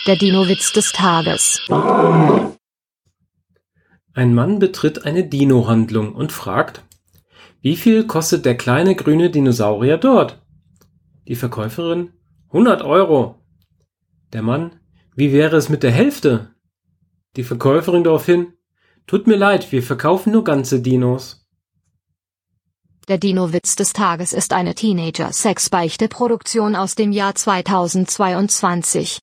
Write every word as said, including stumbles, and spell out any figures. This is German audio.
Der Dino-Witz des Tages. Ein Mann betritt eine Dino-Handlung und fragt: Wie viel kostet der kleine grüne Dinosaurier dort? Die Verkäuferin: hundert Euro. Der Mann: Wie wäre es mit der Hälfte? Die Verkäuferin daraufhin: Tut mir leid, wir verkaufen nur ganze Dinos. Der Dino-Witz des Tages ist eine Teenager-Sex-Beichte-Produktion aus dem Jahr zweitausendzweiundzwanzig.